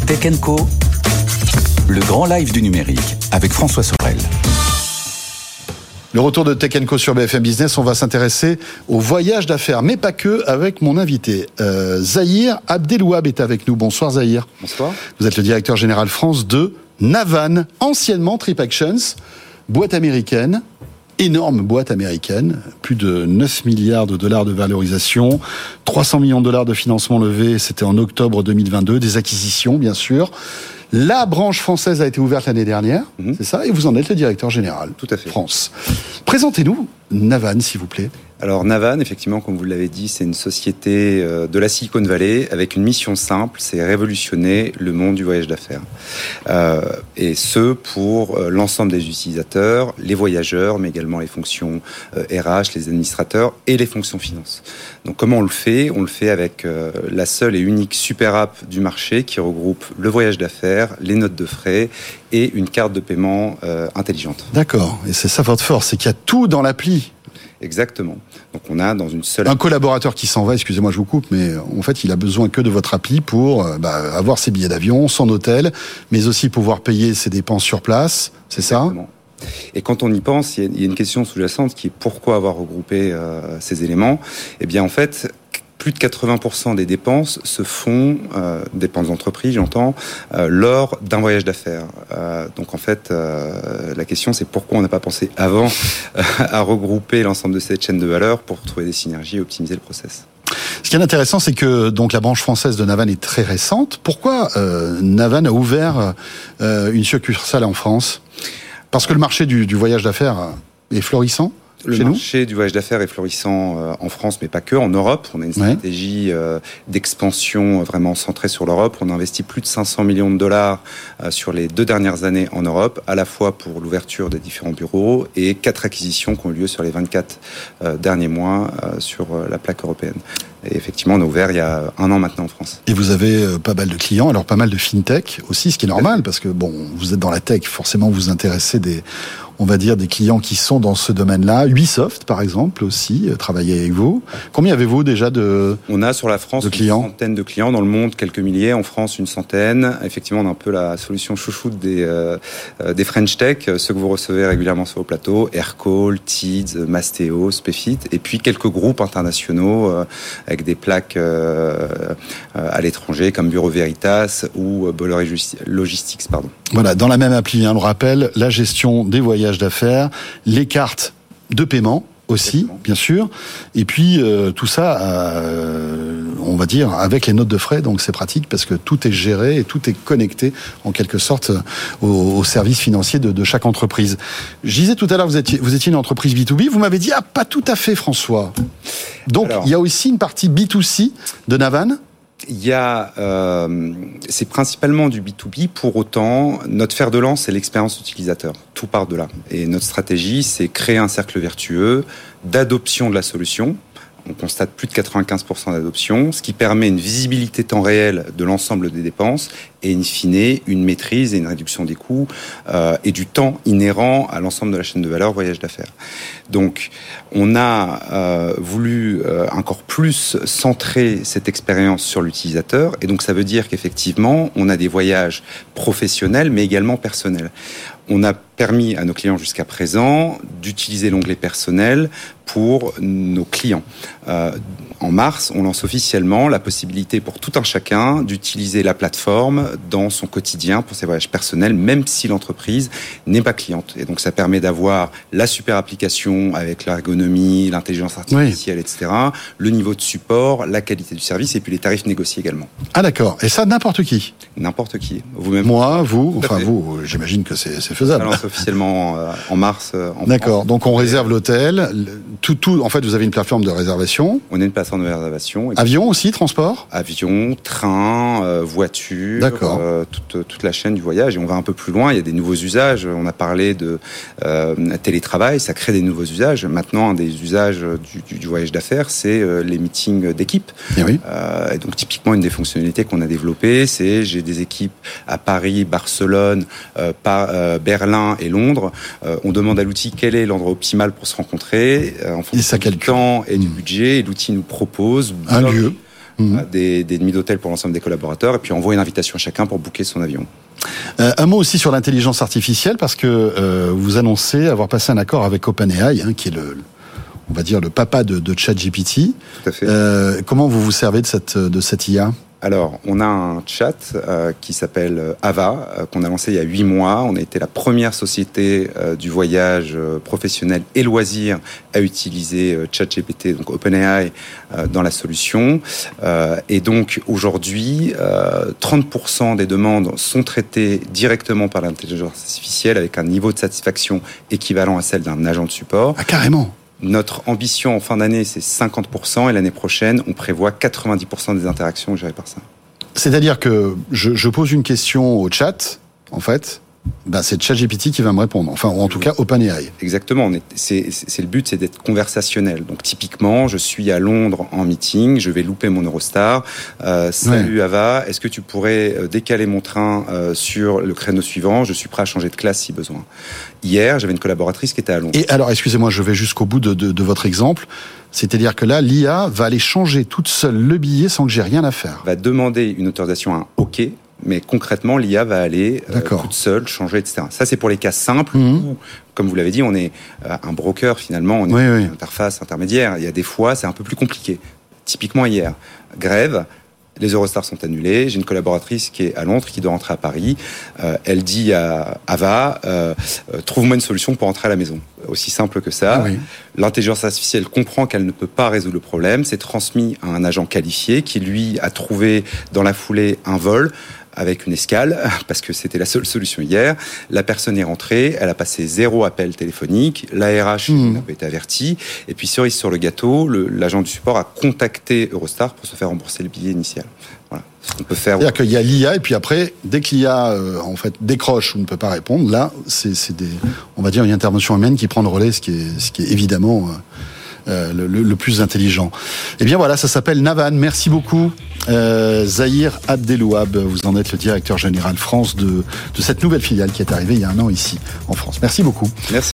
Tech & Co, le grand live du numérique avec François Sorel. Le retour de Tech & Co sur BFM Business, on va s'intéresser au voyage d'affaires, mais pas que, avec mon invité. Zahir Abdelouab est avec nous. Bonsoir Zahir. Bonsoir. Vous êtes le directeur général France de Navan, anciennement TripActions, boîte américaine, énorme boîte américaine, plus de 9 milliards de dollars de valorisation, 300 millions de dollars de financement levé, c'était en octobre 2022, des acquisitions bien sûr. La branche française a été ouverte l'année dernière, c'est ça, et vous en êtes le directeur général. Tout à fait. France. Présentez-nous Navan, s'il vous plaît. Alors Navan, effectivement, comme vous l'avez dit, c'est une société de la Silicon Valley avec une mission simple, c'est révolutionner le monde du voyage d'affaires. Et ce, pour l'ensemble des utilisateurs, les voyageurs, mais également les fonctions RH, les administrateurs et les fonctions finance. Donc comment on le fait ? On le fait avec la seule et unique super app du marché qui regroupe le voyage d'affaires, les notes de frais et une carte de paiement intelligente. D'accord, et c'est ça votre force, c'est qu'il y a tout dans l'appli. Exactement. Donc on a dans une seule... Un collaborateur qui s'en va, excusez-moi je vous coupe, mais en fait il a besoin que de votre appli pour avoir ses billets d'avion, son hôtel, mais aussi pouvoir payer ses dépenses sur place, c'est Exactement. Ça ? Et quand on y pense, il y a une question sous-jacente qui est pourquoi avoir regroupé ces éléments ? Eh bien en fait... Plus de 80% des dépenses se font, dépenses d'entreprise, j'entends, lors d'un voyage d'affaires. Donc en fait, la question c'est pourquoi on n'a pas pensé avant à regrouper l'ensemble de cette chaîne de valeur pour trouver des synergies et optimiser le process. Ce qui est intéressant, c'est que donc la branche française de Navan est très récente. Pourquoi Navan a ouvert une succursale en France ? Parce que le marché du voyage d'affaires est florissant ? Le marché du voyage d'affaires est florissant en France, mais pas que, en Europe. On a une stratégie d'expansion vraiment centrée sur l'Europe. On a investi plus de 500 millions de dollars sur les 2 dernières années en Europe, à la fois pour l'ouverture des différents bureaux et 4 acquisitions qui ont eu lieu sur les 24 derniers mois sur la plaque européenne. Et effectivement, on a ouvert il y a 1 an maintenant en France. Et vous avez pas mal de clients, alors pas mal de fintech aussi, ce qui est normal, parce que bon, vous êtes dans la tech, forcément vous vous intéressez des clients qui sont dans ce domaine-là. Ubisoft, par exemple, aussi, travaille avec vous. Combien avez-vous déjà On a sur la France une centaine de clients. Dans le monde, quelques milliers. En France, une centaine. Effectivement, on a un peu la solution chouchoute des French Tech, ceux que vous recevez régulièrement sur vos plateaux. Aircall, Tids, Mastéo, Spefit. Et puis quelques groupes internationaux avec des plaques à l'étranger, comme Bureau Veritas ou Bolloré Logistics. Voilà, dans la même appli, on le rappelle, la gestion des voyages d'affaires, les cartes de paiement aussi, bien sûr, et puis tout ça, on va dire, avec les notes de frais, donc c'est pratique parce que tout est géré et tout est connecté en quelque sorte aux services financiers de chaque entreprise. Je disais tout à l'heure, vous étiez une entreprise B2B, vous m'avez dit, pas tout à fait François. Donc il y a aussi une partie B2C de Navan ? C'est principalement du B2B. Pour autant, notre fer de lance, c'est l'expérience utilisateur. Tout part de là. Et notre stratégie, c'est créer un cercle vertueux d'adoption de la solution. On constate plus de 95% d'adoption, ce qui permet une visibilité temps réel de l'ensemble des dépenses et in fine une maîtrise et une réduction des coûts et du temps inhérent à l'ensemble de la chaîne de valeur voyage d'affaires. Donc, on a voulu encore plus centrer cette expérience sur l'utilisateur et donc ça veut dire qu'effectivement, on a des voyages professionnels mais également personnels. On a permis à nos clients jusqu'à présent d'utiliser l'onglet personnel pour nos clients. En mars, on lance officiellement la possibilité pour tout un chacun d'utiliser la plateforme dans son quotidien pour ses voyages personnels, même si l'entreprise n'est pas cliente. Et donc, ça permet d'avoir la super application avec l'ergonomie, l'intelligence artificielle, etc., le niveau de support, la qualité du service et puis les tarifs négociés également. Ah d'accord. Et ça, n'importe qui ? N'importe qui. Vous-même. Moi, vous, j'imagine que c'est faisable. Ça lance officiellement en mars. D'accord. France. Donc, on réserve l'hôtel. Tout. En fait, vous avez une plateforme de réservation. On a une plateforme de réservation. Avion aussi, transport ? Avion, train, voiture, toute la chaîne du voyage. Et on va un peu plus loin, il y a des nouveaux usages. On a parlé de télétravail, ça crée des nouveaux usages. Maintenant, un des usages du voyage d'affaires, c'est les meetings d'équipe. Et donc, typiquement, une des fonctionnalités qu'on a développées, c'est j'ai des équipes à Paris, Barcelone, Berlin et Londres. On demande à l'outil quel est l'endroit optimal pour se rencontrer en fonction du temps et du budget. Et l'outil nous propose un lieu. des nuits d'hôtel pour l'ensemble des collaborateurs, et puis envoie une invitation à chacun pour booker son avion. Un mot aussi sur l'intelligence artificielle, parce que vous annoncez avoir passé un accord avec OpenAI, qui est on va dire le papa de ChatGPT. Tout à fait. Comment vous vous servez de cette IA ? Alors, on a un chat qui s'appelle Ava, qu'on a lancé il y a 8 mois. On a été la première société du voyage professionnel et loisirs à utiliser ChatGPT, donc OpenAI, dans la solution. Et donc, aujourd'hui, 30% des demandes sont traitées directement par l'intelligence artificielle avec un niveau de satisfaction équivalent à celle d'un agent de support. Ah, carrément. Notre ambition en fin d'année, c'est 50%, et l'année prochaine, on prévoit 90% des interactions gérées par ça. C'est-à-dire que je pose une question au chat, en fait, c'est ChatGPT qui va me répondre, enfin, ou en tout cas OpenAI. Exactement, c'est le but, c'est d'être conversationnel. Donc typiquement, je suis à Londres en meeting, je vais louper mon Eurostar. Salut Ava, est-ce que tu pourrais décaler mon train sur le créneau suivant ? Je suis prêt à changer de classe si besoin. Hier, j'avais une collaboratrice qui était à Londres. Et alors, excusez-moi, je vais jusqu'au bout de votre exemple. C'est-à-dire que là, l'IA va aller changer toute seule le billet sans que j'ai rien à faire. Va demander une autorisation, un OK, mais concrètement, l'IA va aller toute seule changer, etc. Ça, c'est pour les cas simples où, comme vous l'avez dit, on est un broker finalement, on est une interface intermédiaire. Il y a des fois, c'est un peu plus compliqué. Typiquement hier, grève. Les Eurostars sont annulés. J'ai une collaboratrice qui est à Londres, qui doit rentrer à Paris. Elle dit à Ava, trouve-moi une solution pour rentrer à la maison. Aussi simple que ça. L'intelligence artificielle comprend qu'elle ne peut pas résoudre le problème. C'est transmis à un agent qualifié qui, lui, a trouvé dans la foulée un vol avec une escale, parce que c'était la seule solution hier. La personne est rentrée, elle a passé 0 appel téléphonique, l'ARH n'a pas été averti, et puis cerise sur le gâteau, l'agent du support a contacté Eurostar pour se faire rembourser le billet initial. Voilà. Ce qu'on peut faire. C'est-à-dire qu'il y a l'IA, et puis après, dès que l'IA décroche ou ne peut pas répondre, là, c'est on va dire une intervention humaine qui prend le relais, ce qui est évidemment le plus intelligent. Eh bien voilà, ça s'appelle Navan. Merci beaucoup, Zahir Abdelouab. Vous en êtes le directeur général France de cette nouvelle filiale qui est arrivée il y a un an ici en France. Merci beaucoup. Merci.